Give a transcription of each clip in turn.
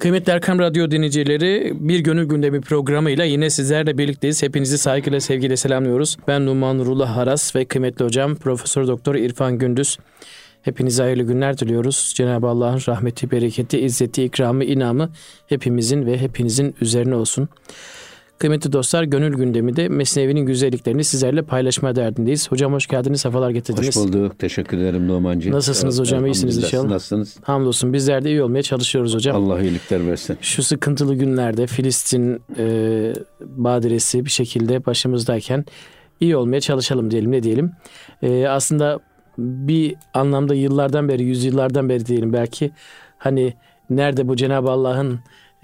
Kıymetli Erkam Radyo dinleyicileri, Bir Gönül Gündemi programıyla yine sizlerle birlikteyiz. Hepinizi saygıyla, sevgiyle selamlıyoruz. Ben Numan Nurullah Haras ve kıymetli hocam Profesör Doktor İrfan Gündüz. Hepinize hayırlı günler diliyoruz. Cenab-ı Allah'ın rahmeti, bereketi, izzeti, ikramı, inamı hepimizin ve hepinizin üzerine olsun. Kıymetli dostlar, Gönül Gündemi'de Mesnevi'nin güzelliklerini sizlerle paylaşma derdindeyiz. Hocam hoş geldiniz, sefalar getirdiniz. Hoş bulduk, teşekkür ederim Numancığım. Nasılsınız hocam, iyisiniz inşallah? Nasılsınız? Hamdolsun, bizler de iyi olmaya çalışıyoruz hocam. Allah iyilikler versin. Şu sıkıntılı günlerde Filistin badiresi bir şekilde başımızdayken iyi olmaya çalışalım diyelim, ne diyelim. Aslında bir anlamda yıllardan beri, yüzyıllardan beri diyelim belki, hani nerede bu Cenab-ı Allah'ın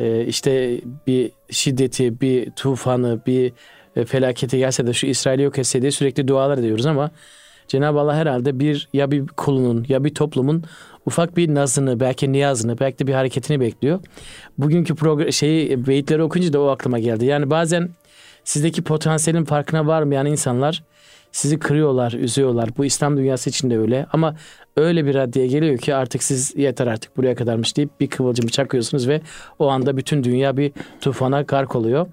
işte bir şiddeti, bir tufanı, bir felaketi gelse de şu İsrail'i yok etse diye sürekli dualar ediyoruz ama Cenab-ı Allah herhalde bir kulunun ya bir toplumun ufak bir nazını, belki niyazını, belki de bir hareketini bekliyor. Bugünkü beyitleri okuyunca da o aklıma geldi. Yani bazen sizdeki potansiyelin farkına varmayan insanlar sizi kırıyorlar, üzüyorlar. Bu İslam dünyası için de öyle. Ama öyle bir raddeye geliyor ki artık siz yeter artık buraya kadarmış deyip bir kıvılcımı çakıyorsunuz ve o anda bütün dünya bir tufana gark oluyor.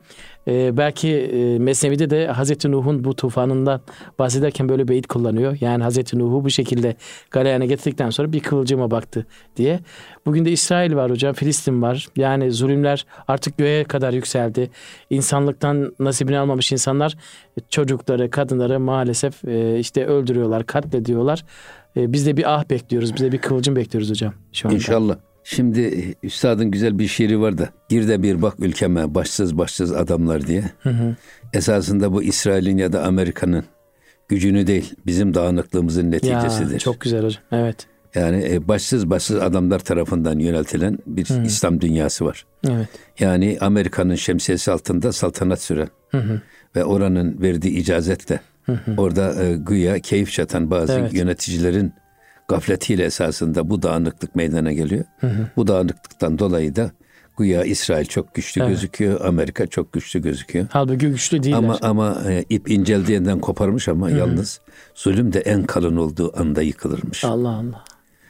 Belki Mesnevi'de de Hazreti Nuh'un bu tufanından bahsederken böyle beyit kullanıyor. Yani Hazreti Nuh'u bu şekilde galeyana getirdikten sonra bir kıvılcıma baktı diye. Bugün de İsrail var hocam, Filistin var. Yani zulümler artık göğe kadar yükseldi. İnsanlıktan nasibini almamış insanlar çocukları, kadınları maalesef işte öldürüyorlar, katlediyorlar. Biz de bir bekliyoruz, biz de bir kıvılcım bekliyoruz hocam şu anda. İnşallah. Şimdi üstadın güzel bir şiiri var da, gir de bir bak ülkeme başsız adamlar diye. Hı. Esasında bu İsrail'in ya da Amerika'nın gücünü değil, bizim dağınıklığımızın neticesidir. Ya, çok güzel hocam, evet. Yani başsız adamlar tarafından yöneltilen bir İslam dünyası var. Evet. Yani Amerika'nın şemsiyesi altında saltanat süren ve oranın verdiği icazetle orada güya keyif çatan bazı yöneticilerin gafletiyle esasında bu dağınıklık meydana geliyor. Bu dağınıklıktan dolayı da güya İsrail çok güçlü gözüküyor, Amerika çok güçlü gözüküyor. Halbuki güçlü değiller. Ama ip inceldiğinden koparmış ama yalnız zulüm de en kalın olduğu anda yıkılırmış. Allah Allah.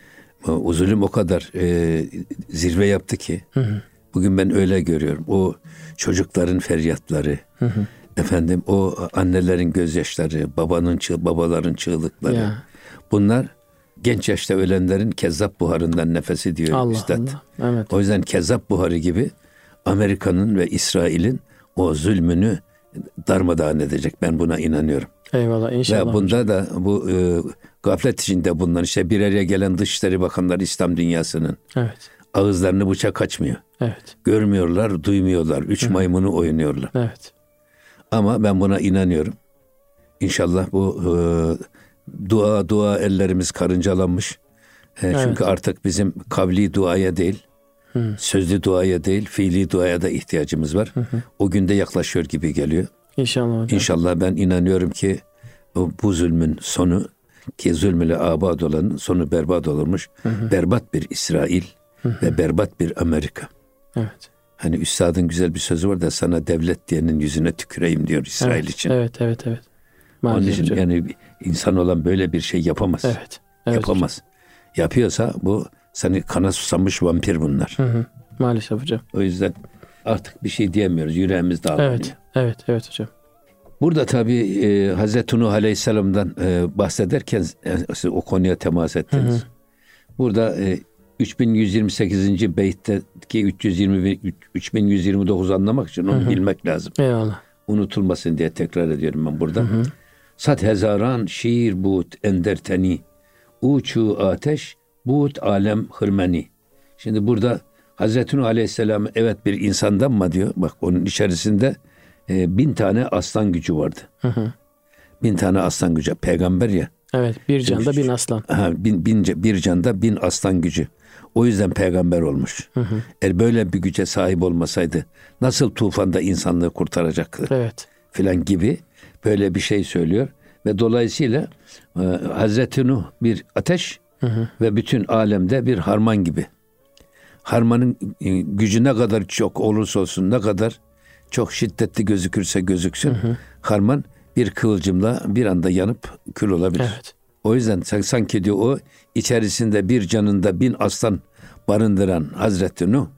O zulüm o kadar zirve yaptı ki bugün ben öyle görüyorum. O çocukların feryatları, efendim o annelerin gözyaşları, babaların çığlıkları. Bunlar genç yaşta ölenlerin kezzap buharından nefesi diyor üstad. Allah. Evet. O yüzden kezzap buharı gibi Amerika'nın ve İsrail'in o zulmünü darmadağın edecek. Ben buna inanıyorum. Eyvallah, inşallah. Ve bunda da bu gaflet içinde bulunan işte bir araya gelen Dışişleri Bakanları İslam dünyasının ağızlarını bıçak açmıyor. Evet. Görmüyorlar, duymuyorlar. Üç maymunu oynuyorlar. Evet. Ama ben buna inanıyorum. İnşallah bu dua ellerimiz karıncalanmış. Çünkü artık bizim kavli duaya değil, sözlü duaya değil, fiili duaya da ihtiyacımız var. O günde yaklaşıyor gibi geliyor. İnşallah hocam. İnşallah ben inanıyorum ki bu zulmün sonu, ki zulmüyle abad olanın sonu berbat olurmuş. Berbat bir İsrail ve berbat bir Amerika. Evet. Hani üstadın güzel bir sözü var da, sana devlet diyenin yüzüne tüküreyim diyor İsrail için. Evet. Onun için yani insan olan böyle bir şey yapamaz. Evet. Yapamaz. Hocam. Yapıyorsa bu seni kana susamış vampir bunlar. Maalesef hocam. O yüzden artık bir şey diyemiyoruz. Yüreğimiz dağlanıyor. Evet hocam. Burada tabii Hazreti Nuh Aleyhisselam'dan bahsederken siz o konuya temas ettiniz. Burada 3128. beytteki 3129 anlamak için onu bilmek lazım. Eyvallah. Unutulmasın diye tekrar ediyorum ben burada. Sat hezaran şiir buğut enderteni, uçu ateş buğut alem hırmeni. Şimdi burada Hazreti Nuh Aleyhisselam evet bir insandan mı diyor? Bak onun içerisinde 1000 tane aslan gücü vardı. 1000 tane aslan gücü. Peygamber ya. Evet, bir canda 1000 aslan. Bir canda 1000 aslan gücü. O yüzden peygamber olmuş. Eğer böyle bir güce sahip olmasaydı nasıl tufanda insanlığı kurtaracaktı? Evet. Filan gibi böyle bir şey söylüyor. Ve dolayısıyla Hazreti Nuh bir ateş ve bütün alemde bir harman gibi. Harmanın gücü ne kadar çok olursa olsun, ne kadar çok şiddetli gözükürse gözüksün, harman bir kıvılcımla bir anda yanıp kül olabilir. Evet. O yüzden sanki diyor o içerisinde bir canında 1000 aslan barındıran Hazreti Nuh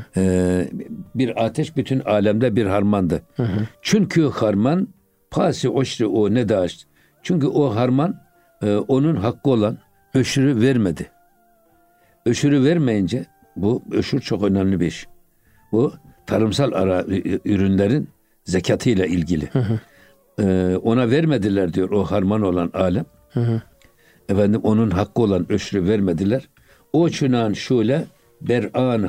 bir ateş bütün alemde bir harmandı. Çünkü harman pasi oşri o ne daş. Çünkü o harman onun hakkı olan öşürü vermedi. Öşürü vermeyince bu öşür çok önemli bir iş. Bu tarımsal ürünlerin zekatıyla ilgili. Ona vermediler diyor o harman olan alem. Efendim onun hakkı olan öşrü vermediler. O çunan şule ber'an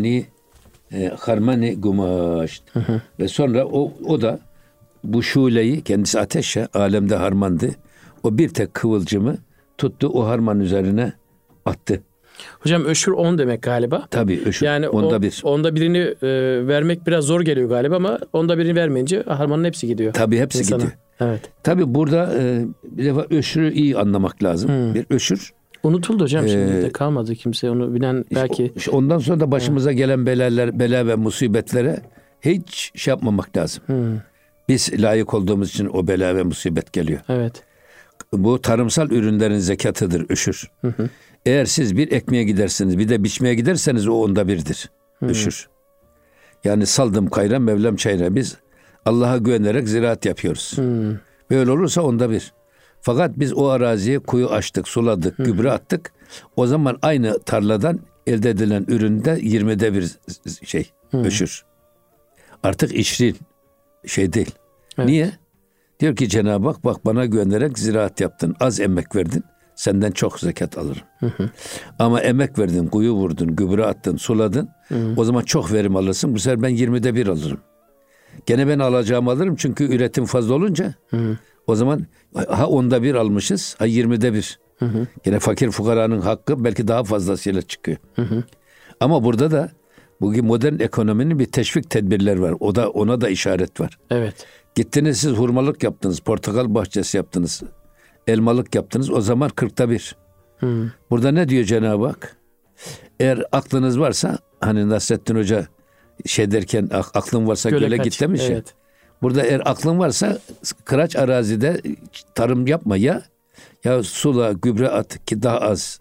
harmani gumaş. Ve sonra o da bu şuleyi kendisi ateşe alemde harmandı. O bir tek kıvılcımı tuttu o harman üzerine attı. Hocam öşür 10 demek galiba. Tabii öşür yani onda bir. Onda birini vermek biraz zor geliyor galiba ama onda birini vermeyince harmanın hepsi gidiyor. Tabii hepsi insana. gidiyor. Evet. Tabii burada bir defa öşürü iyi anlamak lazım. Bir öşür. Unutuldu hocam şimdi de kalmadı kimse onu bilen belki. Ondan sonra da başımıza gelen bela ve musibetlere hiç şey yapmamak lazım. Biz layık olduğumuz için o bela ve musibet geliyor. Evet. Bu tarımsal ürünlerin zekatıdır öşür. Eğer siz bir ekmeğe gidersiniz bir de biçmeye giderseniz o onda birdir. Öşür. Yani saldım kayra Mevlam çayra biz Allah'a güvenerek ziraat yapıyoruz. Böyle olursa onda bir. Fakat biz o araziye kuyu açtık, suladık, gübre attık. O zaman aynı tarladan elde edilen üründe 20'de bir şey öşür. Artık işrin şey değil. Evet. Niye? Diyor ki Cenab-ı Hak bak bana güvenerek ziraat yaptın, az emek verdin. Senden çok zekat alırım. Ama emek verdin, kuyu vurdun, gübre attın, suladın. O zaman çok verim alırsın. Bu sefer ben 20'de bir alırım. Gene ben alacağımı alırım çünkü üretim fazla olunca. O zaman ha 10'da bir almışız, ha 20'de bir. Gene fakir fukaranın hakkı belki daha fazlasıyla çıkıyor. Ama burada da bugün modern ekonominin bir teşvik tedbirler var. Ona da işaret var. Evet. Gittiniz siz hurmalık yaptınız, portakal bahçesi yaptınız, elmalık yaptınız. O zaman 40'ta bir. Burada ne diyor Cenab-ı Hak? Eğer aklınız varsa hani Nasrettin Hoca şey derken aklın varsa göle git demiş ya. Evet. Burada eğer aklın varsa kıraç arazide tarım yapma ya sula gübre at ki daha az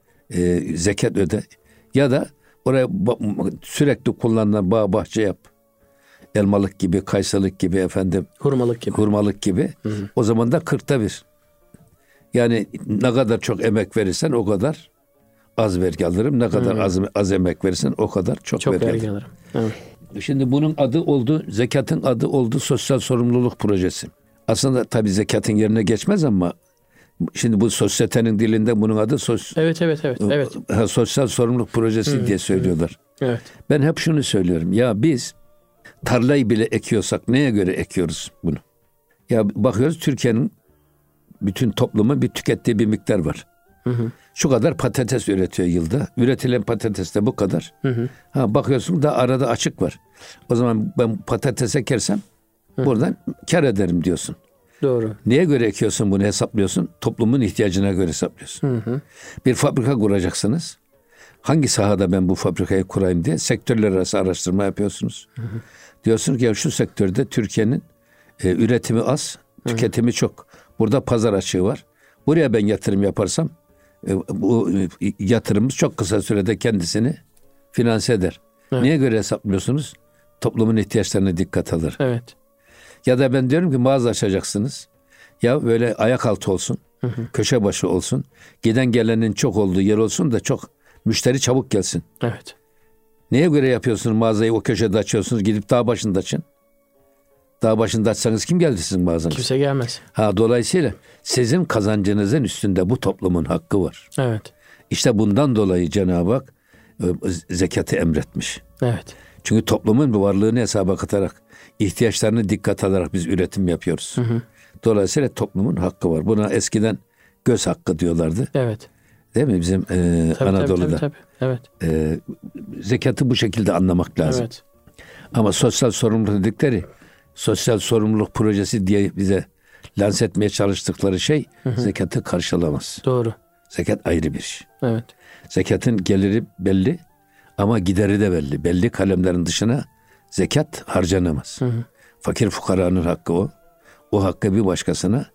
zekat öde ya da oraya sürekli kullanılan bağ bahçe yap. Elmalık gibi, kaysalık gibi efendim. Hurmalık gibi. O zaman da 40'ta bir. Yani ne kadar çok emek verirsen o kadar az vergi alırım. Ne kadar az emek verirsen o kadar çok vergi alırım. Evet. Şimdi bunun adı oldu, zekatın adı oldu sosyal sorumluluk projesi. Aslında tabii zekatın yerine geçmez ama şimdi bu sosyetenin dilinde bunun adı sosyal sorumluluk projesi diye söylüyorlar. Evet. Ben hep şunu söylüyorum. Ya biz tarlayı bile ekiyorsak neye göre ekiyoruz bunu? Ya bakıyoruz Türkiye'nin bütün toplumun bir tükettiği bir miktar var. Şu kadar patates üretiyor yılda. Üretilen patates de bu kadar. Bakıyorsun da arada açık var. O zaman ben patates ekersem buradan kar ederim diyorsun. Doğru. Neye göre ekiyorsun bunu hesaplıyorsun? Toplumun ihtiyacına göre hesaplıyorsun. Bir fabrika kuracaksınız. Hangi sahada ben bu fabrikayı kurayım diye sektörler arası araştırma yapıyorsunuz. Diyorsun ki ya şu sektörde Türkiye'nin üretimi az, tüketimi çok. Burada pazar açığı var. Buraya ben yatırım yaparsam bu yatırımımız çok kısa sürede kendisini finanse eder. Evet. Neye göre hesaplıyorsunuz? Toplumun ihtiyaçlarına dikkat alır. Evet. Ya da ben diyorum ki mağaza açacaksınız. Ya böyle ayak altı olsun, köşe başı olsun, giden gelenin çok olduğu yer olsun da çok müşteri çabuk gelsin. Evet. Neye göre yapıyorsunuz mağazayı o köşede açıyorsunuz? Gidip dağ başında açın. Dağ başında açsanız kim geldi sizin mağazanız? Kimse gelmez. Dolayısıyla sizin kazancınızın üstünde bu toplumun hakkı var. Evet. İşte bundan dolayı Cenab-ı Hak zekatı emretmiş. Evet. Çünkü toplumun varlığını hesaba katarak, ihtiyaçlarını dikkat alarak biz üretim yapıyoruz. Dolayısıyla toplumun hakkı var. Buna eskiden göz hakkı diyorlardı. Evet. Değil mi bizim Anadolu'da? Tabii. Evet. Zekatı bu şekilde anlamak lazım. Evet. Ama sosyal sorumluluk dedikleri, sosyal sorumluluk projesi diye bize lanse etmeye çalıştıkları şey zekatı karşılamaz. Doğru. Zekat ayrı bir şey. Evet. Zekatın geliri belli ama gideri de belli. Belli kalemlerin dışına zekat harcanamaz. Fakir fukaranın hakkı o. O hakkı bir başkasına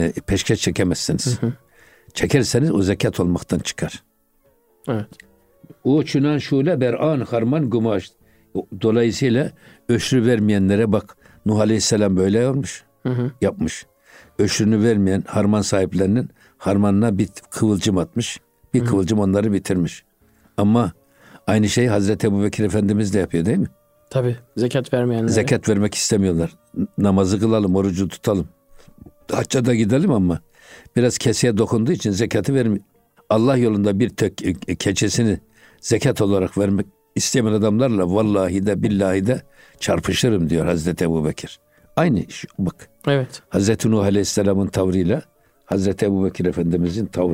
peşkeş çekemezsiniz. Çekerseniz o zekat olmaktan çıkar. Evet. O çünan şule ber'an harman gumaş. Dolayısıyla öşrü vermeyenlere bak, Nuh Aleyhisselam böyle yapmış. Öşrünü vermeyen harman sahiplerinin harmanına bir kıvılcım atmış. Bir kıvılcım onları bitirmiş. Ama aynı şey Hazreti Ebubekir Efendimiz de yapıyor değil mi? Tabii. Zekat vermeyenlere. Zekat vermek istemiyorlar. Namazı kılalım, orucu tutalım. Hacca da gidelim ama biraz keseye dokunduğu için zekatı vermiyor. Allah yolunda bir tek keçesini zekat olarak vermek istemeyen adamlarla vallahi de billahi de çarpışırım diyor Hazreti Ebubekir. Aynı şu, bak. Evet. Hazreti Nuh Aleyhisselam'ın tavrıyla Hazreti Ebubekir Efendimizin tavrı.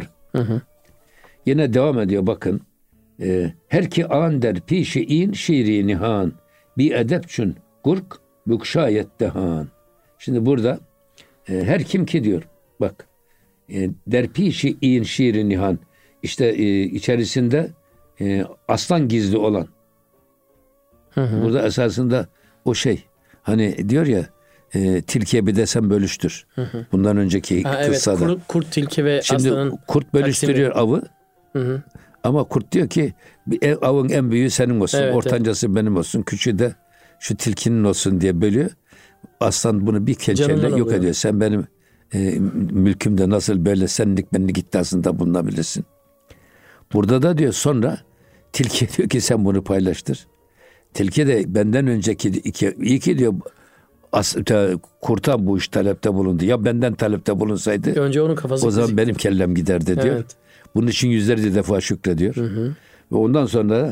Yine devam ediyor bakın. Her ki an der pişi'in şiiri nihan bi edepçün gurk bükşayet dehan. Şimdi burada her kim ki diyor. Bak. Der pişi'in şiiri nihan. İşte içerisinde aslan gizli olan. Burada esasında o şey. Hani diyor ya tilkiye bir desem bölüştür. Bundan önceki kıssada. Evet, kurt, tilki ve şimdi aslanın kurt bölüştürüyor avı. Ama kurt diyor ki avın en büyüğü senin olsun. Evet, ortancası benim olsun. Küçüğü de şu tilkinin olsun diye bölüyor. Aslan bunu bir kelçeyle yok ediyor. Sen benim mülkümde nasıl böyle senlik benlik iddiasında bulunabilirsin. Burada da diyor sonra tilki diyor ki sen bunu paylaştır. Tilki de benden önceki iyi ki diyor kurta bu iş talepte bulundu. Ya benden talepte bulunsaydı önce onun kafası o zaman benim kellem giderdi diyor. Evet. Bunun için yüzlerce defa şükrediyor. Ve ondan sonra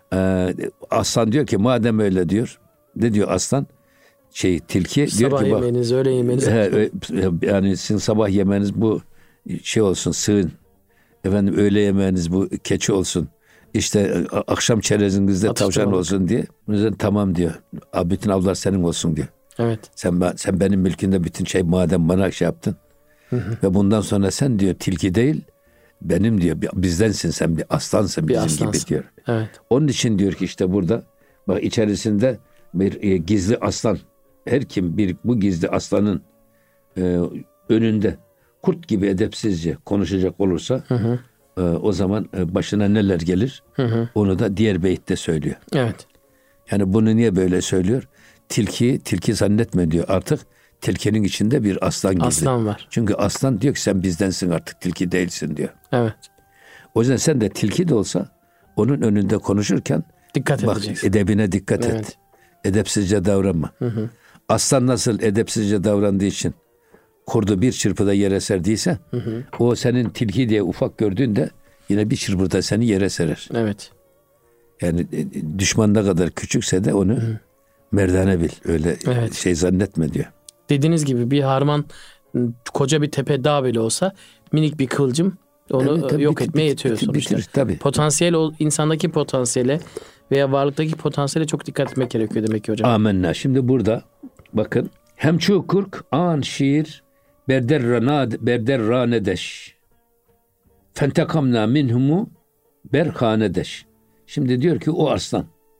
aslan diyor ki madem öyle diyor. Ne diyor aslan? Tilki sabah diyor ki bak. Yemeğiniz, öğle yemeğiniz. Yani sizin sabah yemeğiniz bu olsun sığın. Efendim öğle yemeğiniz bu keçi olsun. İşte akşam çerezinizde tavşan olsun diye. Bunun üzerine tamam diyor. Bütün avlar senin olsun diyor. Evet. Sen benim mülkümde bütün madem bana yaptın. Ve bundan sonra sen diyor tilki değil benim diyor bizdensin sen bir aslansın bizim gibi diyor. Evet. Onun için diyor ki işte burada bak içerisinde bir gizli aslan. Her kim bu gizli aslanın önünde kurt gibi edepsizce konuşacak olursa o zaman başına neler gelir? Onu da diğer beytte söylüyor. Evet. Yani bunu niye böyle söylüyor? Tilki zannetme diyor. Artık tilkinin içinde bir aslan gizli. Aslan var. Çünkü aslan diyor ki sen bizdensin artık tilki değilsin diyor. Evet. O yüzden sen de tilki de olsa onun önünde konuşurken dikkat edeceksin. Edebine dikkat et. Edepsizce davranma. Aslan nasıl edepsizce davrandığı için kurdu bir çırpıda yere serdiyse o senin tilki diye ufak gördüğünde yine bir çırpıda seni yere serer. Evet. Yani düşman ne kadar küçükse de onu merdane bil. Öyle şey zannetme diyor. Dediğiniz gibi bir harman koca bir tepe dağ bile olsa minik bir kıvılcım onu yok etmeye yetiyor sonuçta. Tabii. İnsandaki potansiyele veya varlıktaki potansiyele çok dikkat etmek gerekiyor demek ki hocam. Amenna. Şimdi burada bakın hemçu kurk an şiir berder ranedeş fentekamna minhumu berhanedeş. Şimdi diyor ki o aslan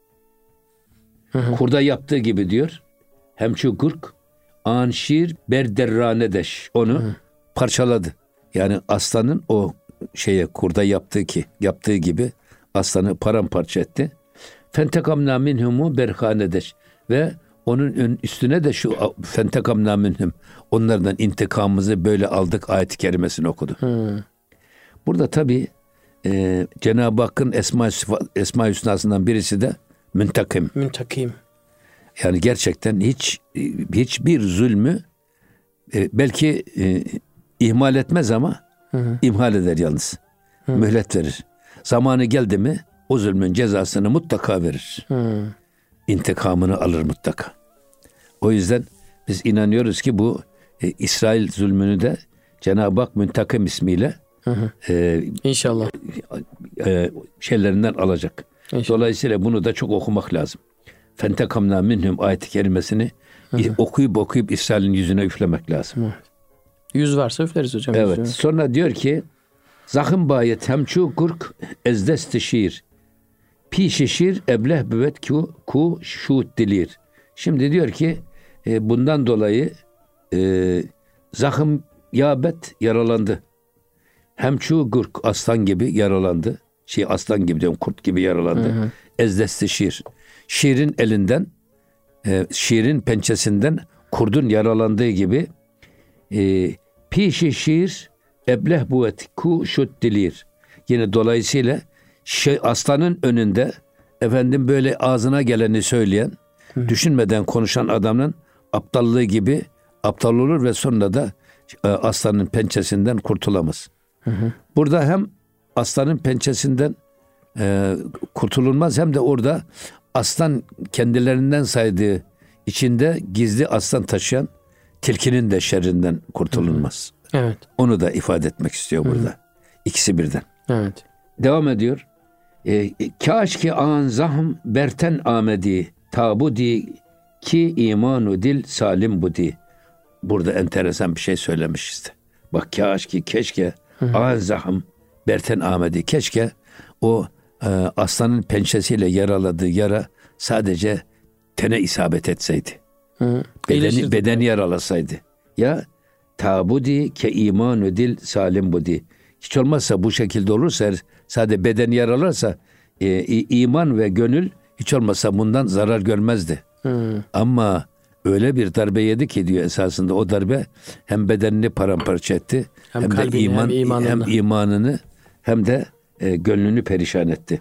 kurda yaptığı gibi diyor hemçu kurk an şiir berder ranedeş onu parçaladı. Yani aslanın o kurda yaptığı gibi aslanı paramparça etti. Fentekamna minhumu berhanedeş ve onun üstüne de şu fentekamna minhum onlardan intikamımızı böyle aldık ayet-i kerimesini okudu. Burada tabii Cenab-ı Hakk'ın Esma-i Hüsna'sından birisi de müntakim. Müntakim. Yani gerçekten hiçbir zulmü belki ihmal etmez ama imhal eder yalnız. Mühlet verir. Zamanı geldi mi o zulmün cezasını mutlaka verir. İntikamını alır mutlaka. O yüzden biz inanıyoruz ki bu İsrail zulmünü de Cenab-ı Hak Müntakim ismiyle İnşallah şeylerinden alacak. İnşallah. Dolayısıyla bunu da çok okumak lazım. Fentekamna minhum ayet-i kerimesini okuyup İsrail'in yüzüne üflemek lazım. Yüz varsa üfleriz hocam. Evet. Yüzüne. Sonra diyor ki Zahım bayet hemçu kurk ezdesti şiir. Pi şişir ebleh büvet ku şut dilir. Şimdi diyor ki bundan dolayı zahım yabet yaralandı. Hemçu kurk aslan gibi yaralandı. aslan gibi diyorum, kurt gibi yaralandı. Ezdesti şiir. Şiirin elinden, şiirin pençesinden kurdun yaralandığı gibi pişi şiir ebleh buet ku şut dilir. Yine dolayısıyla aslanın önünde efendim böyle ağzına geleni söyleyen, düşünmeden konuşan adamın aptallığı gibi aptal olur ve sonra da aslanın pençesinden kurtulamaz. Burada hem aslanın pençesinden kurtulunmaz, hem de orada aslan kendilerinden saydığı içinde gizli aslan taşıyan tilkinin de şerrinden kurtulunmaz. Evet. Onu da ifade etmek istiyor burada. İkisi birden. Evet. Devam ediyor. Kâş ki an zahm berten amedi tabudi ki imanu dil salim budi. Burada enteresan bir şey söylemiş işte. Bak, kâş ki, keşke an zahm berten amedi, keşke o aslanın pençesiyle yaraladığı yara sadece tene isabet etseydi. Bedeni yaralasaydı. Ya tabudi ke imanu dil salim budi. Hiç olmazsa bu şekilde olursa, sadece beden yaralarsa iman ve gönül hiç olmazsa bundan zarar görmezdi. Ama öyle bir darbe yedi ki diyor, esasında o darbe hem bedenini paramparça etti, hem kalbini, de hem imanını hem de gönlünü perişan etti.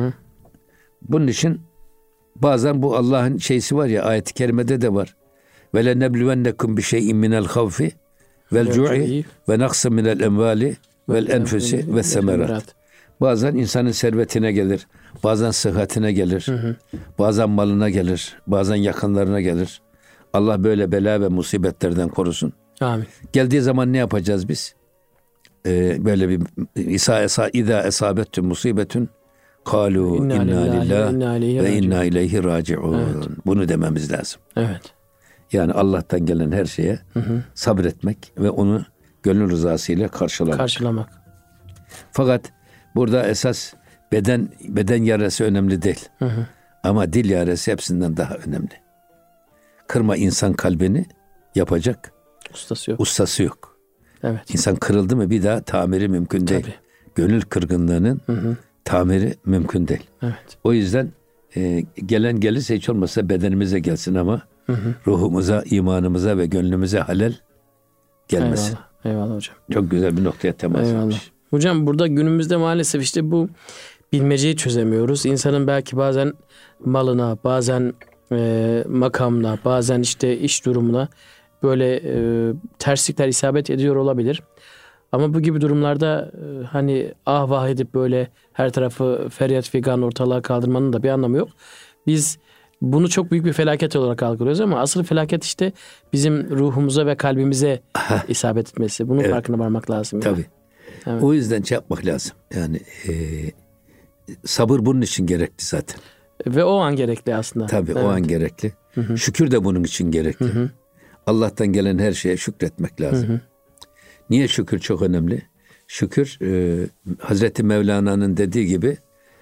Bunun için bazen bu Allah'ın şeysi var ya, ayet-i kerimede de var. Ve le nebluvennekum bi şey'in minel havfi vel cu'i ve naqsın minel emvali vel enfusi ve semerat. Bazen insanın servetine gelir, bazen sıhhatine gelir, bazen malına gelir, bazen yakınlarına gelir. Allah böyle bela ve musibetlerden korusun. Amin. Geldiği zaman ne yapacağız biz? Böyle bir İza esabetü musibetün kalu inna lillahi ve inna ileyhi raciun. Evet. Bunu dememiz lazım. Evet. Yani Allah'tan gelen her şeye sabretmek ve onu gönül rızasıyla karşılamak. Fakat burada esas beden yarası önemli değil. Ama dil yarası hepsinden daha önemli. Kırma insan kalbini, yapacak ustası yok. Evet. İnsan kırıldı mı bir daha tamiri mümkün değil. Tabii. Gönül kırgınlığının tamiri mümkün değil. Evet. O yüzden gelen gelirse hiç olmazsa bedenimize gelsin ama ruhumuza, imanımıza ve gönlümüze halel gelmesin. Eyvallah hocam. Çok güzel bir noktaya temas etmiş. Hocam burada günümüzde maalesef işte bu bilmeceyi çözemiyoruz. İnsanın belki bazen malına, bazen makamına, bazen işte iş durumuna böyle terslikler isabet ediyor olabilir. Ama bu gibi durumlarda hani ah vah edip böyle her tarafı feryat figan ortalığa kaldırmanın da bir anlamı yok. Biz bunu çok büyük bir felaket olarak algılıyoruz ama asıl felaket işte bizim ruhumuza ve kalbimize isabet etmesi. Bunun farkına varmak lazım. Tabii. Yani. Evet. O yüzden yapmak lazım. Yani sabır bunun için gerekli zaten. Ve o an gerekli aslında. Tabii o an gerekli. Şükür de bunun için gerekli. Allah'tan gelen her şeye şükretmek lazım. Niye şükür çok önemli? Şükür Hazreti Mevlana'nın dediği gibi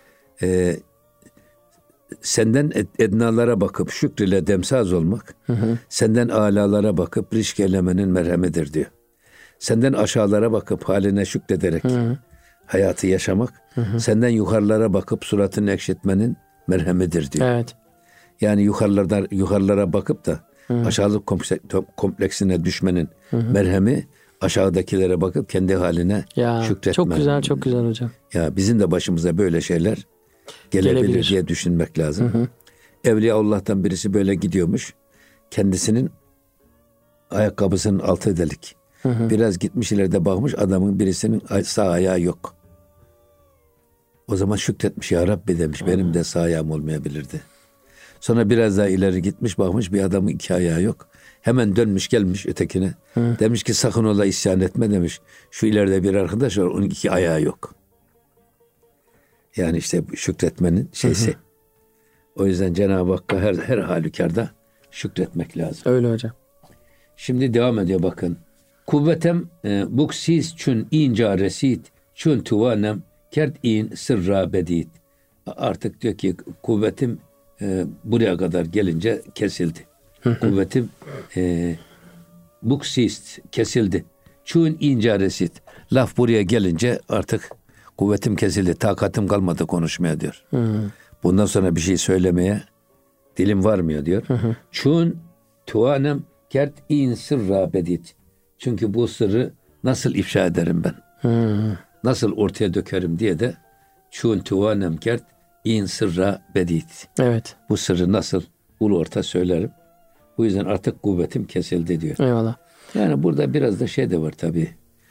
senden ednalara bakıp şükrüyle demsaz olmak, senden âlalara bakıp rişk eylemenin merhemidir diyor. Senden aşağılara bakıp haline şükrederek hayatı yaşamak, senden yukarılara bakıp suratını ekşitmenin merhemidir diyor. Evet. Yani yukarılara bakıp da aşağılık kompleksine düşmenin merhemi, aşağıdakilere bakıp kendi haline şükretmen. Çok güzel hocam. Ya bizim de başımıza böyle şeyler gelebilir diye düşünmek lazım. Evliyaullah'tan birisi böyle gidiyormuş. Kendisinin ayakkabısının altı delik. Biraz gitmiş ileride bakmış, adamın birisinin sağ ayağı yok. O zaman şükretmiş, ya Rabbi demiş, benim de sağ ayağım olmayabilirdi. Sonra biraz daha ileri gitmiş, bakmış bir adamın iki ayağı yok. Hemen dönmüş gelmiş ötekine. Demiş ki sakın ola isyan etme demiş. Şu ileride bir arkadaş var, onun iki ayağı yok. Yani işte şükretmenin şeysi. O yüzden Cenab-ı Hakk'a her halükarda şükretmek lazım. Öyle hocam. Şimdi devam ediyor bakın. Kuvvetem buksiz çün inca resit çün tuvanem kert in sırra bedit. Artık diyor ki kuvvetim buraya kadar gelince kesildi. Kuvvetim buksiz kesildi. Çün inca resit. Laf buraya gelince artık Kuvvetim kesildi, takatim kalmadı konuşmaya diyor. Bundan sonra bir şey söylemeye dilim varmıyor diyor. Çun tuanem kert in sırra bedit. Çünkü bu sırrı nasıl ifşa ederim ben? Nasıl ortaya dökerim diye de çun tuanem kert in sırra bedit. Evet. Bu sırrı nasıl ulu orta söylerim? Bu yüzden artık kuvvetim kesildi diyor. Eyvallah. Yani burada biraz da şey de var tabii.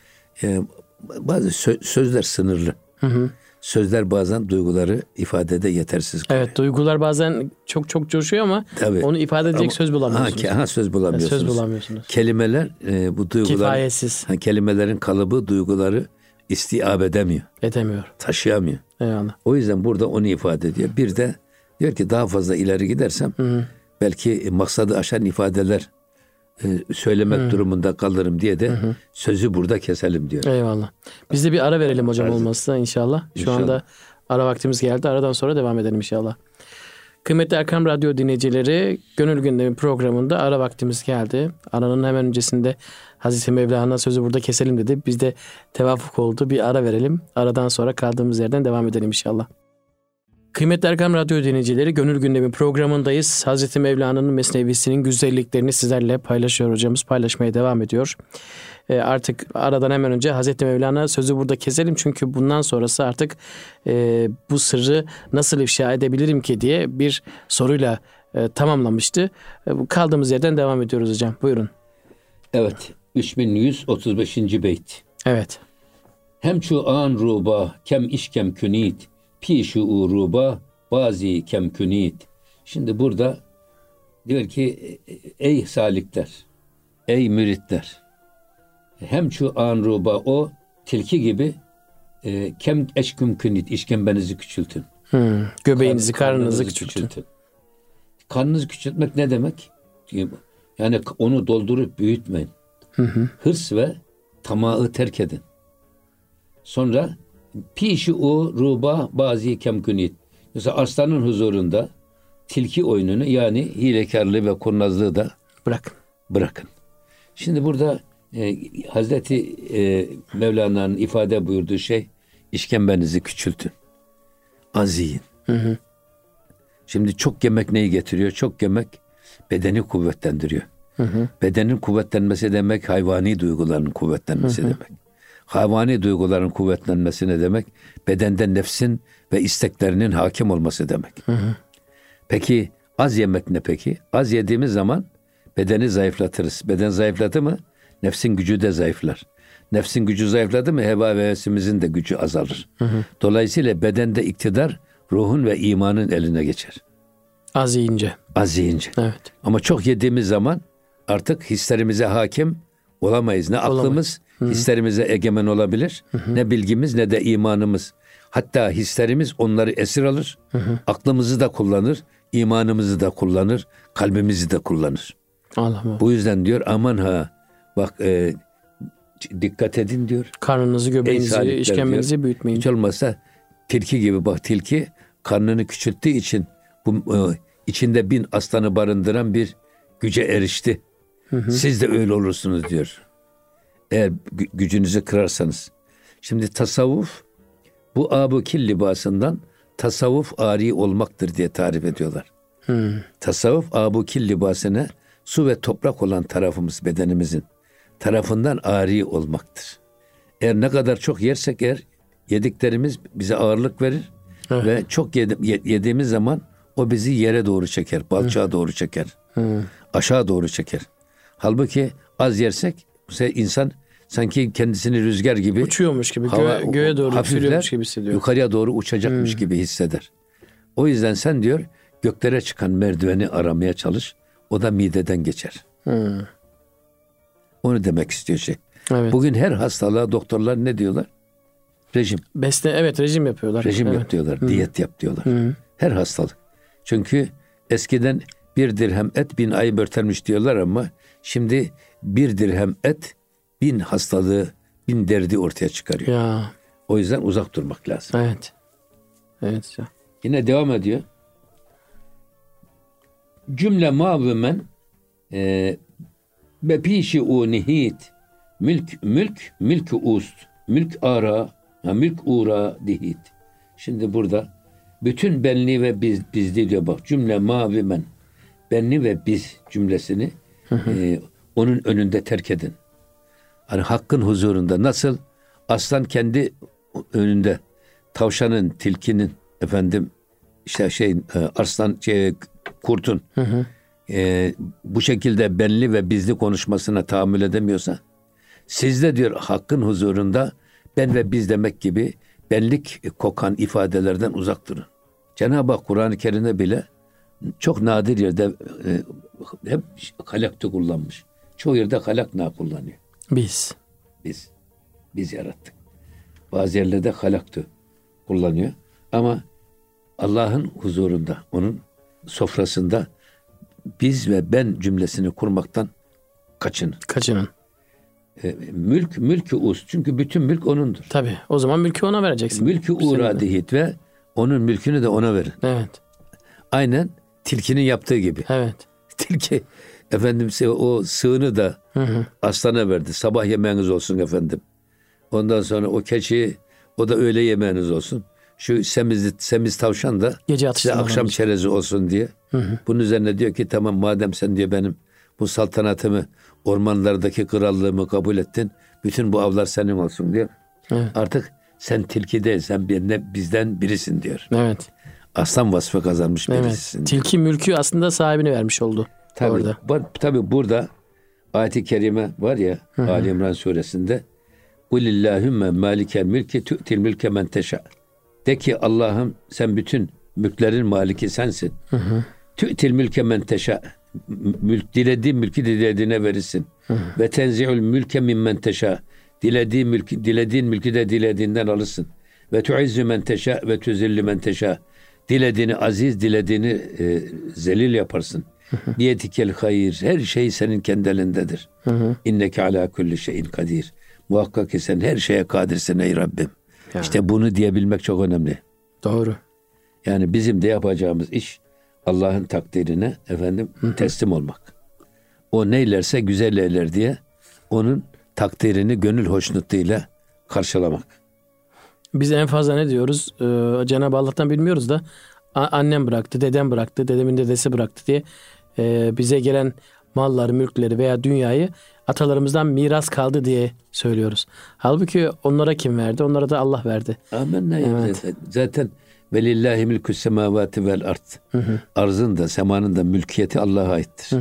Bazı sözler sınırlı. Sözler bazen duyguları ifadede yetersiz kalıyor. Evet, duygular bazen çok coşuyor ama tabii. Onu ifade edecek söz bulamıyorsunuz. Söz bulamıyorsunuz. Söz bulamıyorsunuz. Kelimeler bu duygular kifayetsiz. Kelimelerin kalıbı duyguları istiab edemiyor. Edemiyor. Taşıyamıyor. Eyvallah. O yüzden burada onu ifade ediyor. Bir de diyor ki daha fazla ileri gidersem belki maksadı aşan ifadeler söylemek durumunda kalırım diye de sözü burada keselim diyor. Eyvallah. Biz de bir ara verelim hocam olmazsa inşallah. Şu anda ara vaktimiz geldi. Aradan sonra devam edelim inşallah. Kıymetli Erkam Radyo dinleyicileri, Gönül Gündemi programında ara vaktimiz geldi. Aranın hemen öncesinde Hazreti Mevlana sözü burada keselim dedi. Biz de tevafuk oldu. Bir ara verelim. Aradan sonra kaldığımız yerden devam edelim inşallah. Kıymetli Erkam Radyo dinleyicileri, Gönül Gündemi programındayız. Hazreti Mevlana'nın Mesnevisinin güzelliklerini sizlerle paylaşıyor hocamız. Paylaşmaya devam ediyor. Artık aradan hemen önce Hazreti Mevlana sözü burada keselim. Çünkü bundan sonrası artık bu sırrı nasıl ifşa edebilirim ki diye bir soruyla tamamlamıştı. Kaldığımız yerden devam ediyoruz hocam. Buyurun. Evet. 3135. beyt. Evet. Hem çu an ruba kem işkem künit pişu uruba bazi kem künit. Şimdi burada diyor ki ey salikler, ey müritler, hem şu an ruba o tilki gibi kem eşküm künit, işkembenizi küçültün. Göbeğinizi, karnınızı küçültün. Karnınızı küçültmek ne demek? Yani onu doldurup büyütmeyin. Hırs ve tamağı terk edin. Sonra pişi o ruba bazi kem künit. Mesela aslanın huzurunda tilki oyununu, yani hilekarlığı ve kurnazlığı da bırakın. Şimdi burada Hazreti Mevlana'nın ifade buyurduğu şey, işkembenizi küçültün. Az yiyin. Şimdi çok yemek neyi getiriyor? Çok yemek bedeni kuvvetlendiriyor. Bedenin kuvvetlenmesi demek hayvani duyguların kuvvetlenmesi demek. Hayvani duyguların kuvvetlenmesi ne demek? Bedende nefsin ve isteklerinin hakim olması demek. Peki az yemek ne peki? Az yediğimiz zaman bedeni zayıflatırız. Beden zayıfladı mı nefsin gücü de zayıflar. Nefsin gücü zayıfladı mı heva ve hevesimizin de gücü azalır. Dolayısıyla bedende iktidar ruhun ve imanın eline geçer. Az yiyince. Evet. Ama çok yediğimiz zaman artık hislerimize hakim olamayız. Ne aklımız hislerimize egemen olabilir, ne bilgimiz ne de imanımız. Hatta hislerimiz onları esir alır, aklımızı da kullanır, imanımızı da kullanır, kalbimizi de kullanır. Allah. Bu yüzden diyor aman ha, bak dikkat edin diyor. Karnınızı, göbeğinizi, işkembenizi büyütmeyin. Hiç olmazsa tilki gibi, bak tilki karnını küçülttüğü için bu içinde 1000 aslanı barındıran bir güce erişti. Siz de öyle olursunuz diyor. Eğer gücünüzü kırarsanız. Şimdi tasavvuf bu abukil libasından tasavvuf ari olmaktır diye tarif ediyorlar. Tasavvuf abukil libasına su ve toprak olan tarafımız, bedenimizin tarafından ari olmaktır. Eğer ne kadar çok yersek eğer yediklerimiz bize ağırlık verir ve çok yediğimiz zaman o bizi yere doğru çeker, balçağa doğru çeker, aşağı doğru çeker. Halbuki az yersek insan sanki kendisini rüzgar gibi uçuyormuş gibi, göğe doğru yükseliyormuş gibi hissediyor. Yukarıya doğru uçacakmış gibi hisseder. O yüzden sen diyor göklere çıkan merdiveni aramaya çalış. O da mideden geçer. Onu demek istiyor şey. Evet. Bugün her hastalığa doktorlar ne diyorlar? Rejim. Rejim yapıyorlar. Rejim yap diyorlar. Diyet yap diyorlar. Her hastalık. Çünkü eskiden 1 dirhem et 1000 ayı örtermiş diyorlar ama şimdi 1 dirhem et 1000 hastalığı, 1000 derdi ortaya çıkarıyor. Ya. O yüzden uzak durmak lazım. Evet. Evet. Yine devam ediyor. Cümle mavümen be pişi u nihit mülk ust mülk ara Ha, mülk uğra dihit. Şimdi burada bütün benli ve bizli diyor bak. Cümle mavi men. Benli ve biz cümlesini onun önünde terk edin. Hani hakkın huzurunda nasıl aslan kendi önünde tavşanın, tilkinin işte arslan kurtun bu şekilde benli ve bizli konuşmasına tahammül edemiyorsa siz de diyor hakkın huzurunda ben ve biz demek gibi benlik kokan ifadelerden uzak durun. Cenab-ı Hak Kur'an-ı Kerim'de bile çok nadir yerde hep halaktı kullanmış. Çoğu yerde halakna kullanıyor. Biz yarattık. Bazı yerlerde halaktı kullanıyor. Ama Allah'ın huzurunda, onun sofrasında biz ve ben cümlesini kurmaktan kaçının. Mülk-ü us. Çünkü bütün mülk O'nundur. Tabii. O zaman mülkü O'na vereceksin. Mülkü uğra dihit ve onun mülkünü de O'na verin. Evet. Aynen tilkinin yaptığı gibi. Evet. Tilki o sığını da aslana verdi. Sabah yemeğiniz olsun efendim. Ondan sonra o keçi o da öğle yemeğiniz olsun. Şu semiz tavşan da size akşam çerezi olsun diye. Bunun üzerine diyor ki tamam madem sen diyor benim bu saltanatımı ormanlardaki krallığımı kabul ettin. Bütün bu avlar senin olsun diyor. Evet. Artık sen tilki değil sen bizden birisin diyor. Evet. Aslan vasfı kazanmış birisisin. Evet. Tilki mülkü aslında sahibine vermiş oldu. Tabii burada ayet-i kerime var ya Ali İmran suresinde Kulillahümme malikel mülki tu'til mülke men teşa. De ki Allah'ım sen bütün mülklerin maliki sensin. Tu'til mülke men teşa. Dilediğin mülkü dilediğine verirsin. Ve tenzi'ül mülke mimmen teşa. Dilediğin mülkü de dilediğinden alırsın. Ve tu'izzü men teşa ve tuzillu men teşa. Dilediğini aziz, dilediğini zelil yaparsın. Biyetikel hayır. Her şey senin kendi elindedir. İnneke ala kulli şeyin kadir. Muhakkak ki sen her şeye kadirsin ey Rabbim. Yani. İşte bunu diyebilmek çok önemli. Doğru. Yani bizim de yapacağımız iş Allah'ın takdirine teslim olmak. O neylerse güzel eyler diye onun takdirini gönül hoşnutluğuyla karşılamak. Biz en fazla ne diyoruz? Cenab-ı Allah'tan bilmiyoruz da annem bıraktı, dedem bıraktı, dedemin dedesi bıraktı diye bize gelen malları, mülkleri veya dünyayı atalarımızdan miras kaldı diye söylüyoruz. Halbuki onlara kim verdi? Onlara da Allah verdi. Amenna. Evet. Zaten velillahi mülkü semavati vel ard. Arzın da semanın da mülkiyeti Allah'a aittir.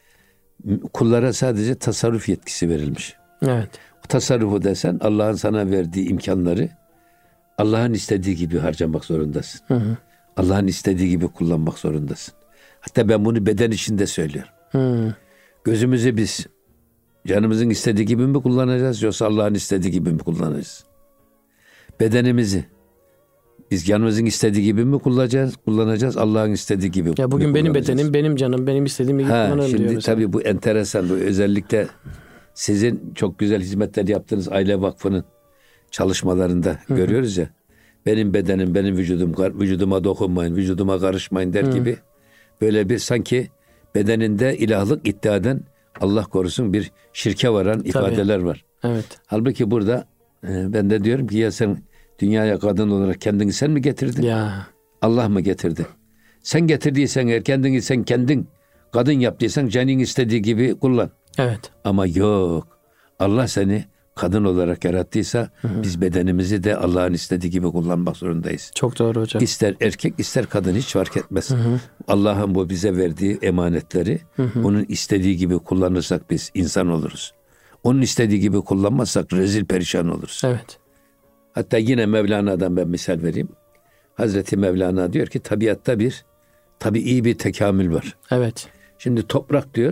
Kullara sadece tasarruf yetkisi verilmiş. Evet. O tasarrufu desen Allah'ın sana verdiği imkanları Allah'ın istediği gibi harcamak zorundasın. Allah'ın istediği gibi kullanmak zorundasın. Hatta ben bunu beden içinde söylüyorum. Gözümüzü biz canımızın istediği gibi mi kullanacağız yoksa Allah'ın istediği gibi mi kullanacağız? Bedenimizi biz canımızın istediği gibi mi kullanacağız Allah'ın istediği gibi. Ya bugün benim bedenim, benim canım, benim istediğim gibi kullanırım diyor. Şimdi tabii bu enteresan. Bu özellikle sizin çok güzel hizmetler yaptığınız Aile Vakfı'nın çalışmalarında görüyoruz ya. Benim bedenim, benim vücuduma dokunmayın, vücuduma karışmayın der gibi böyle bir sanki bedeninde ilahlık iddia eden Allah korusun bir şirke varan ifadeler var. Evet. Halbuki burada ben de diyorum ki ya sen dünyaya kadın olarak kendini sen mi getirdin? Ya. Allah mı getirdi? Sen getirdiysen eğer kendini sen kendin kadın yaptıysan canın istediği gibi kullan. Evet. Ama yok. Allah seni kadın olarak yarattıysa biz bedenimizi de Allah'ın istediği gibi kullanmak zorundayız. Çok doğru hocam. İster erkek ister kadın hiç fark etmez. Allah'ın bu bize verdiği emanetleri onun istediği gibi kullanırsak biz insan oluruz. Onun istediği gibi kullanmazsak rezil perişan oluruz. Evet. Hatta yine Mevlana'dan ben misal vereyim. Hazreti Mevlana diyor ki tabiatta bir tabii bir tekamül var. Evet. Şimdi toprak diyor.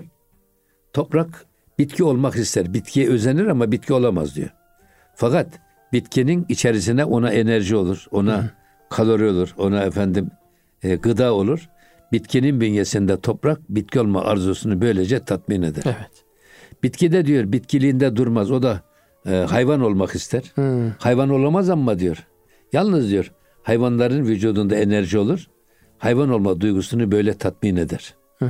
Toprak bitki olmak ister. Bitkiye özenir ama bitki olamaz diyor. Fakat bitkinin içerisine ona enerji olur. Ona kalori olur. Ona gıda olur. Bitkinin bünyesinde toprak bitki olma arzusunu böylece tatmin eder. Evet. Bitki de diyor bitkiliğinde durmaz. O da hayvan olmak ister. Hayvan olamaz ama diyor. Yalnız diyor hayvanların vücudunda enerji olur. Hayvan olma duygusunu böyle tatmin eder.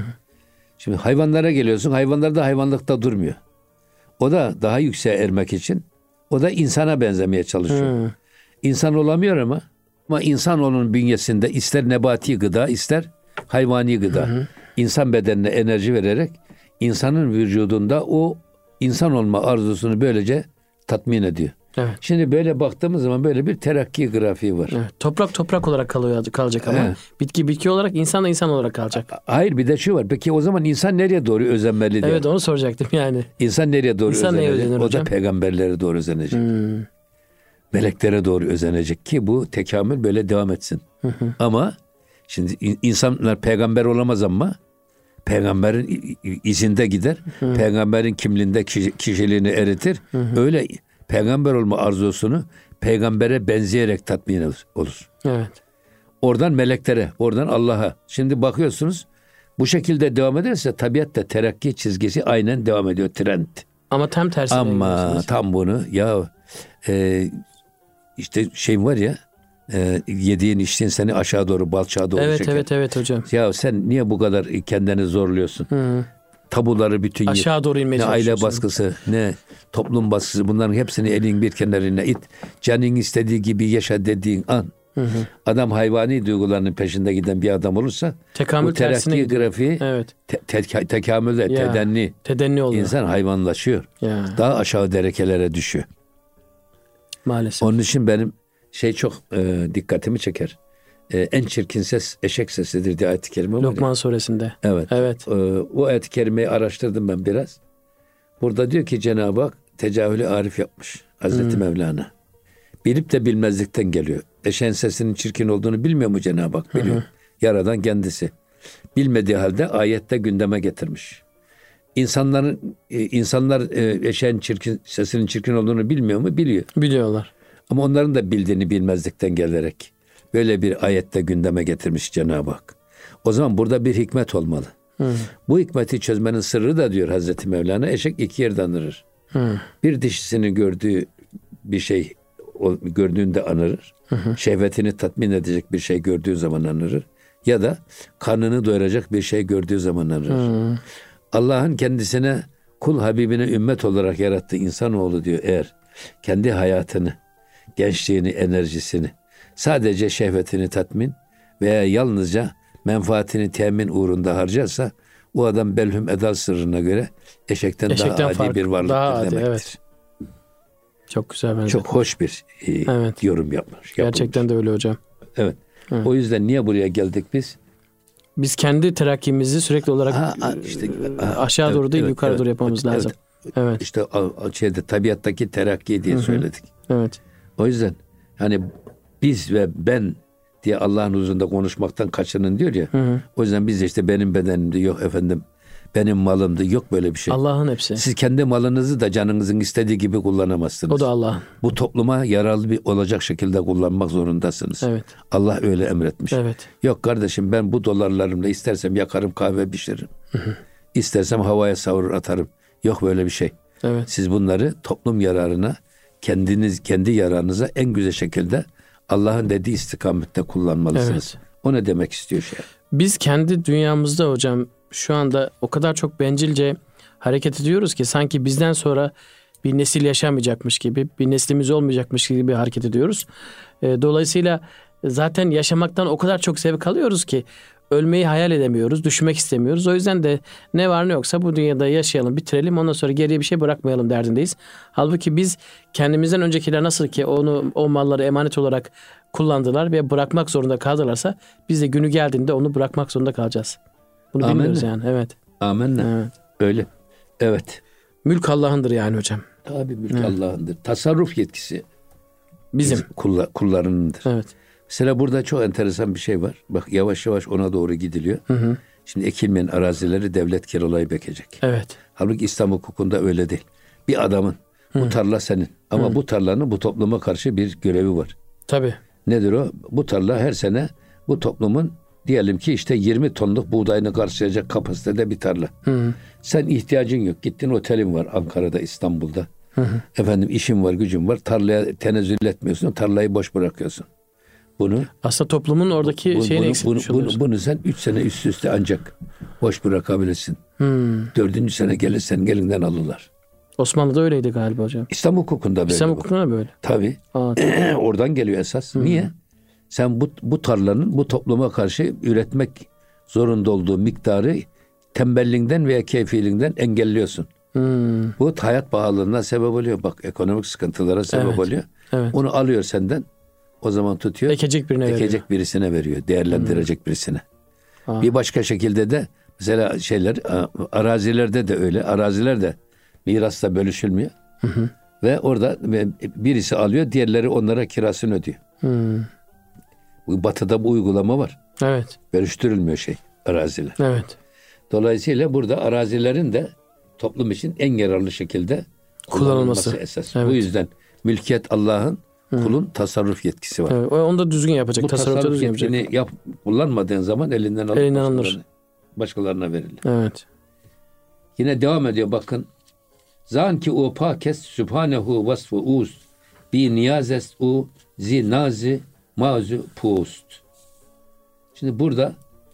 Şimdi hayvanlara geliyorsun. Hayvanlar da hayvanlıkta durmuyor. O da daha yükseğe ermek için o da insana benzemeye çalışıyor. İnsan olamıyor ama insanoğlunun bünyesinde ister nebati gıda ister hayvani gıda. İnsan bedenine enerji vererek insanın vücudunda o insan olma arzusunu böylece tatmin ediyor. Evet. Şimdi böyle baktığımız zaman böyle bir terakki grafiği var. Evet. Toprak olarak kalacak ama bitki olarak, insan da insan olarak kalacak. Hayır, bir de şu var. Peki o zaman insan nereye doğru özenmeli diye. Evet, onu soracaktım yani. İnsan nereye doğru özenecek? O da peygamberlere doğru özenecek. Meleklere doğru özenecek ki bu tekamül böyle devam etsin. Ama şimdi insanlar peygamber olamaz ama peygamberin izinde gider. Peygamberin kimliğinde kişiliğini eritir. Öyle peygamber olma arzusunu peygambere benzeyerek tatmin olur. Evet. Oradan meleklere, oradan Allah'a. Şimdi bakıyorsunuz bu şekilde devam ederse tabiatta terakki çizgisi aynen devam ediyor, trend. Ama tam tersine. Ama tam bunu işte şey var ya, yediğin içtiğin seni aşağı doğru balçağa doğru çeker. Evet hocam. Ya sen niye bu kadar kendini zorluyorsun? Tabuları bütün aşağı doğru inmeye ne aile çalışıyorsun. baskısı ne toplum baskısı, bunların hepsini elin bir kenarına it. Canın istediği gibi yaşa dediğin an. Adam hayvani duygularının peşinde giden bir adam olursa tekamül bu terakki grafiği tekamülde tedenni oluyor. İnsan hayvanlaşıyor. Daha aşağı derekelere düşüyor. Maalesef. Onun için benim çok dikkatimi çeker. En çirkin ses eşek sesidir diye ayet-i kerime var. Lokman suresinde. Evet. O ayet-i kerimeyi araştırdım ben biraz. Burada diyor ki Cenab-ı Hak tecahülü arif yapmış Hazreti Mevlana. Bilip de bilmezlikten geliyor. Eşeğin sesinin çirkin olduğunu bilmiyor mu Cenab-ı Hak? Biliyor. Yaradan kendisi. Bilmediği halde ayette gündeme getirmiş. İnsanlar eşeğin sesinin çirkin olduğunu bilmiyor mu? Biliyor. Biliyorlar. Ama onların da bildiğini bilmezlikten gelerek böyle bir ayette gündeme getirmiş Cenab-ı Hak. O zaman burada bir hikmet olmalı. Bu hikmeti çözmenin sırrı da diyor Hazreti Mevlana, eşek iki yerde anırır. Bir dişisini gördüğü bir şey gördüğünde anırır. Şehvetini tatmin edecek bir şey gördüğü zaman anırır. Ya da karnını doyuracak bir şey gördüğü zaman anırır. Allah'ın kendisine kul Habibine ümmet olarak yarattığı insanoğlu diyor, eğer kendi hayatını, gençliğini, enerjisini sadece şehvetini tatmin veya yalnızca menfaatini temin uğrunda harcarsa o adam belhum edal sırrına göre eşekten daha adi bir varlıktır demektir. Evet. Çok güzel bence. Çok hoş bir yorum yapmış. Gerçekten de öyle hocam. Evet. O yüzden niye buraya geldik biz? Biz kendi terakkimizi sürekli olarak aşağı doğru değil yukarı doğru yapmamız lazım. Evet. İşte tabiattaki terakki diye söyledik. Evet. O yüzden hani biz ve ben diye Allah'ın huzurunda konuşmaktan kaçının diyor ya. O yüzden biz de işte benim bedenimdi, yok efendim benim malımdı, yok böyle bir şey. Allah'ın hepsi. Siz kendi malınızı da canınızın istediği gibi kullanamazsınız. O da Allah'ın. Bu topluma yararlı olacak şekilde kullanmak zorundasınız. Evet. Allah öyle emretmiş. Evet. Yok kardeşim, ben bu dolarlarımla istersem yakarım kahve pişiririm. İstersem havaya savurur atarım. Yok böyle bir şey. Evet. Siz bunları toplum yararına, kendi yararınıza en güzel şekilde Allah'ın dediği istikamette kullanmalısınız. Evet. O ne demek istiyor şey? Biz kendi dünyamızda hocam şu anda o kadar çok bencilce hareket ediyoruz ki sanki bizden sonra bir nesil yaşamayacakmış gibi, bir neslimiz olmayacakmış gibi hareket ediyoruz. Dolayısıyla zaten yaşamaktan o kadar çok zevk alıyoruz ki ölmeyi hayal edemiyoruz, düşmek istemiyoruz. O yüzden de ne var ne yoksa bu dünyada yaşayalım, bitirelim, ondan sonra geriye bir şey bırakmayalım derdindeyiz. Halbuki biz kendimizden öncekiler nasıl ki o malları emanet olarak kullandılar ve bırakmak zorunda kaldılarsa biz de günü geldiğinde onu bırakmak zorunda kalacağız. Bunu bilmiyoruz yani. Evet. Amenna. Evet. Öyle. Evet. Mülk Allah'ındır yani hocam. Tabii mülk Allah'ındır. Tasarruf yetkisi bizim kullarınındır. Evet. Mesela burada çok enteresan bir şey var. Bak yavaş yavaş ona doğru gidiliyor. Şimdi ekilmeyen arazileri devlet kiralayıp ekecek. Evet. Halbuki İslam hukukunda öyle değil. Bir adamın bu tarla senin ama bu tarlanın bu topluma karşı bir görevi var. Tabii. Nedir o? Bu tarla her sene bu toplumun diyelim ki işte 20 tonluk buğdayını karşılayacak kapasitede bir tarla. Sen ihtiyacın yok. Gittin, otelin var Ankara'da, İstanbul'da. Efendim işin var, gücün var. Tarlaya tenezzül etmiyorsun. Tarlayı boş bırakıyorsun. Bunu aslında toplumun oradaki şeyini eksiltmiş oluyorsun. Bunu sen 3 sene üst üste ancak boş bırakabilirsin. 4. sene gelirsen elinden alırlar. Osmanlı'da öyleydi galiba hocam. İslam hukukunda böyle. İslam hukukunda böyle. Tabii. Oradan geliyor esas. Hı-hı. Niye? Sen bu tarlanın bu topluma karşı üretmek zorunda olduğu miktarı tembelliğinden veya keyfiliğinden engelliyorsun. Bu hayat pahalılığına sebep oluyor. Bak, ekonomik sıkıntılara sebep oluyor. Evet. Onu alıyor senden. O zaman tutuyor. Ekecek birisine veriyor. Değerlendirecek birisine. Bir başka şekilde de mesela arazilerde de öyle. Araziler de mirasla bölüşülmüyor. Hı. Ve orada birisi alıyor, diğerleri onlara kirasını ödüyor. Batı'da bu uygulama var. Evet. Bölüştürülmüyor araziler. Evet. Dolayısıyla burada arazilerin de toplum için en yararlı şekilde kullanılması esas. Evet. Bu yüzden mülkiyet Allah'ın, kulun tasarruf yetkisi var. Evet. Onu da düzgün yapacak. Bu tasarruf yetkini kullanmadığın zaman elinden alınır. Başkalarına verilir. Evet. Yine devam ediyor bakın. Zan ki o pakes sübhanehu vasfu uz bi niyazes u zinazi mazu pust. Şimdi burada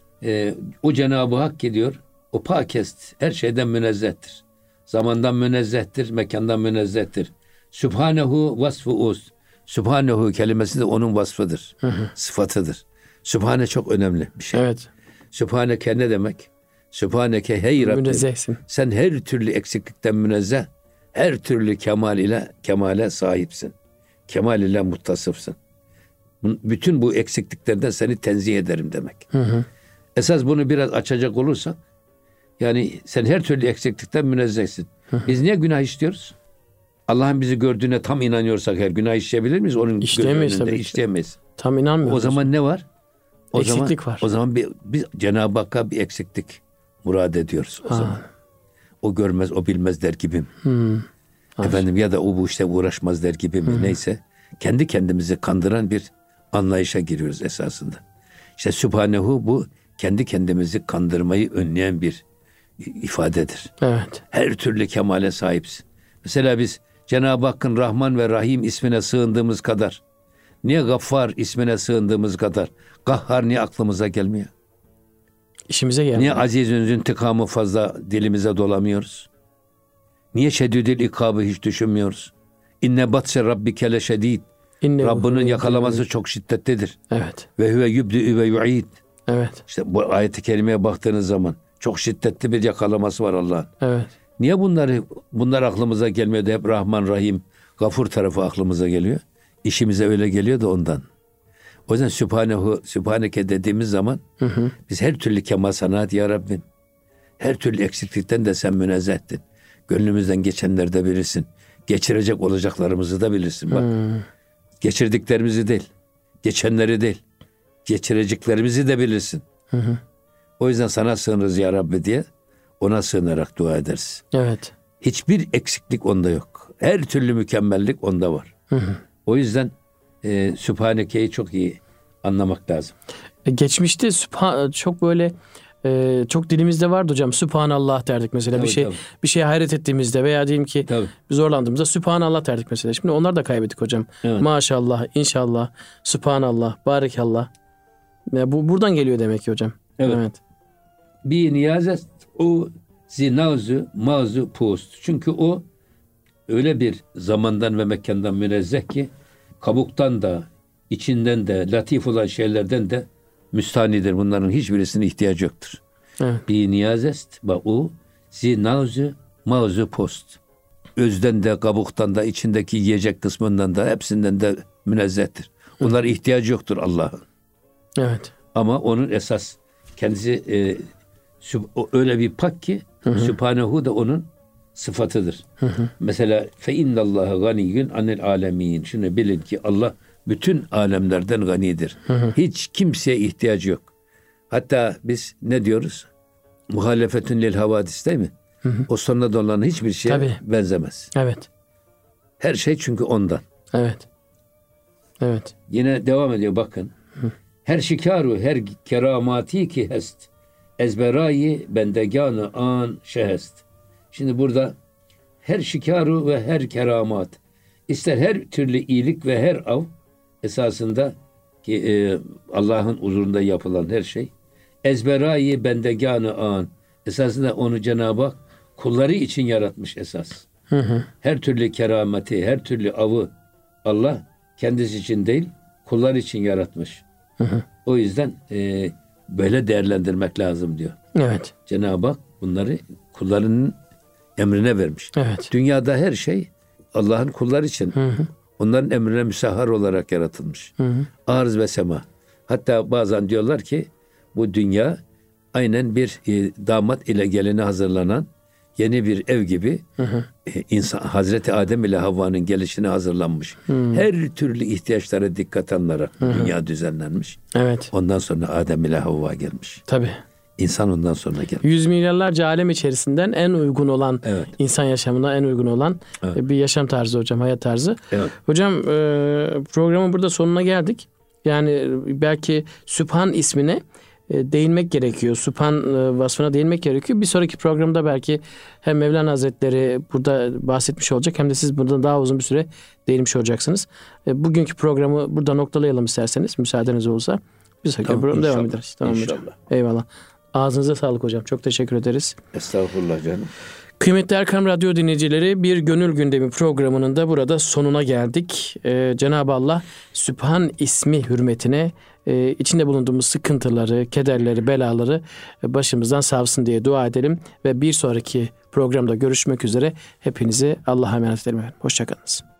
o Cenab-ı Hak gidiyor. O pakest her şeyden münezzehtir. Zamandan münezzehtir, mekandan münezzehtir. Sübhanehu vasfu uz. Sübhanehu kelimesi de onun vasfıdır. Sıfatıdır. Sübhane çok önemli bir şey. Evet. Sübhaneke ne demek? Sübhaneke hey Rabbim. Münezzehsin. Sen her türlü eksiklikten münezzeh, her türlü kemale sahipsin. Kemal ile muttasıfsın. Bütün bu eksikliklerden seni tenzih ederim demek. Esas bunu biraz açacak olursak, yani sen her türlü eksiklikten münezzehsin. Biz niye günah işliyoruz? Allah'ın bizi gördüğüne tam inanıyorsak her günah işleyebilir miyiz? Onun İşleyemeyiz tabii. İşleyemeyiz. Tam inanmıyoruz. O zaman ne var? Eksiklik var. O zaman biz Cenab-ı Hakk'a bir eksiklik murad ediyoruz o zaman. O görmez, o bilmez der gibi mi? Efendim, ya da o bu işte uğraşmaz der gibi mi? Neyse. Kendi kendimizi kandıran bir anlayışa giriyoruz esasında. İşte Sübhanehu bu kendi kendimizi kandırmayı önleyen bir ifadedir. Evet. Her türlü kemale sahipsin. Mesela biz Cenab-ı Hakk'ın Rahman ve Rahim ismine sığındığımız kadar, niye Gaffar ismine sığındığımız kadar Kahhar niye aklımıza gelmiyor? İşimize gelmiyor. Niye Aziz'in intikamı fazla dilimize dolamıyoruz? Niye şedidül ikabı hiç düşünmüyoruz? İnne batse rabbike leşedid. Rabbinin yakalaması çok şiddetlidir. Evet. Ve huve yubdi'ü ve yu'id. Evet. İşte bu ayet-i kerimeye baktığınız zaman çok şiddetli bir yakalaması var Allah'ın. Evet. Niye bunlar aklımıza gelmiyor da hep Rahman, Rahim, Gafur tarafı aklımıza geliyor? İşimize öyle geliyor da ondan. O yüzden Sübhaneke dediğimiz zaman biz her türlü kemal sanat ya Rabbim. Her türlü eksiklikten de sen münezzehtin. Gönlümüzden geçenleri de bilirsin. Geçirecek olacaklarımızı da bilirsin. Bak. Geçirdiklerimizi değil. Geçenleri değil. Geçireceklerimizi de bilirsin. O yüzden sana sığınırız ya Rabbi diye ona sığınarak dua ederiz. Evet. Hiçbir eksiklik onda yok. Her türlü mükemmellik onda var. O yüzden Sübhaneke'yi çok iyi anlamak lazım. Geçmişte çok böyle çok dilimizde vardı hocam. Sübhanallah derdik mesela. Tabii, bir şeye hayret ettiğimizde veya diyelim ki zorlandığımızda Sübhanallah derdik mesela. Şimdi onlar da kaybettik hocam. Evet. Maşallah, inşallah, Sübhanallah, Barakallah. Ya bu buradan geliyor demek ki hocam. Evet. Bir niyazet o zinazu mazu post. Çünkü o öyle bir zamandan ve mekandan münezzeh ki kabuktan da içinden de latif olan şeylerden de müstanidir. Bunların hiçbirisine ihtiyacı yoktur. Evet. Bir niyazest o zinazu mazu post. Özden de kabuktan da içindeki yiyecek kısmından da hepsinden de münezzehtir. Onlara ihtiyacı yoktur Allah'ın. Evet. Ama onun esas kendisi öyle bir pak ki Sübhanehu da onun sıfatıdır. Mesela fe innallaha ganiyyun anil alemin. Şunu bilin ki Allah bütün alemlerden ganidir. Hiç kimseye ihtiyacı yok. Hatta biz ne diyoruz? Muhalefetün lil havadis değil mi? O sonuna dolan hiçbir şeye benzemez. Evet. Her şey çünkü ondan. Evet. Evet. Yine devam ediyor bakın. Her şikaru her keramati ki hest. Ezberayi bendeganı an şehest. Şimdi burada her şikaru ve her keramat, ister her türlü iyilik ve her av esasında ki Allah'ın huzurunda yapılan her şey. Ezberayi bendeganı an. Esasında onu Cenab-ı Hak kulları için yaratmış esas. Her türlü kerameti, her türlü avı Allah kendisi için değil, kullar için yaratmış. O yüzden böyle değerlendirmek lazım diyor. Evet. Cenab-ı Hak bunları kullarının emrine vermiş. Evet. Dünyada her şey Allah'ın kulları için. Onların emrine müsahhar olarak yaratılmış. Arz ve sema. Hatta bazen diyorlar ki bu dünya aynen bir damat ile gelene hazırlanan yeni bir ev gibi insan Hazreti Adem ile Havva'nın gelişine hazırlanmış. Her türlü ihtiyaçlara dikkat alınarak dünya düzenlenmiş. Evet. Ondan sonra Adem ile Havva gelmiş. Tabii. İnsan ondan sonra gelmiş. Yüz milyarlarca alem içerisinden en uygun olan, insan yaşamına en uygun olan bir yaşam tarzı hocam, hayat tarzı. Evet. Hocam programın burada sonuna geldik. Yani belki Sübhan ismine değinmek gerekiyor. Sübhan vasfına değinmek gerekiyor. Bir sonraki programda belki hem Mevlana Hazretleri burada bahsetmiş olacak hem de siz burada daha uzun bir süre değinmiş olacaksınız. Bugünkü programı burada noktalayalım isterseniz, müsaadeniz olursa. Bir sonraki program devam ederiz. Tamam hocam. Eyvallah. Ağzınıza sağlık hocam. Çok teşekkür ederiz. Estağfurullah canım. Kıymetli Erkam Radyo dinleyicileri, bir Gönül Gündemi programının da burada sonuna geldik. Cenab-ı Allah Sübhan ismi hürmetine içinde bulunduğumuz sıkıntıları, kederleri, belaları başımızdan savsın diye dua edelim. Ve bir sonraki programda görüşmek üzere. Hepinizi Allah'a emanet edelim. Hoşça kalınız.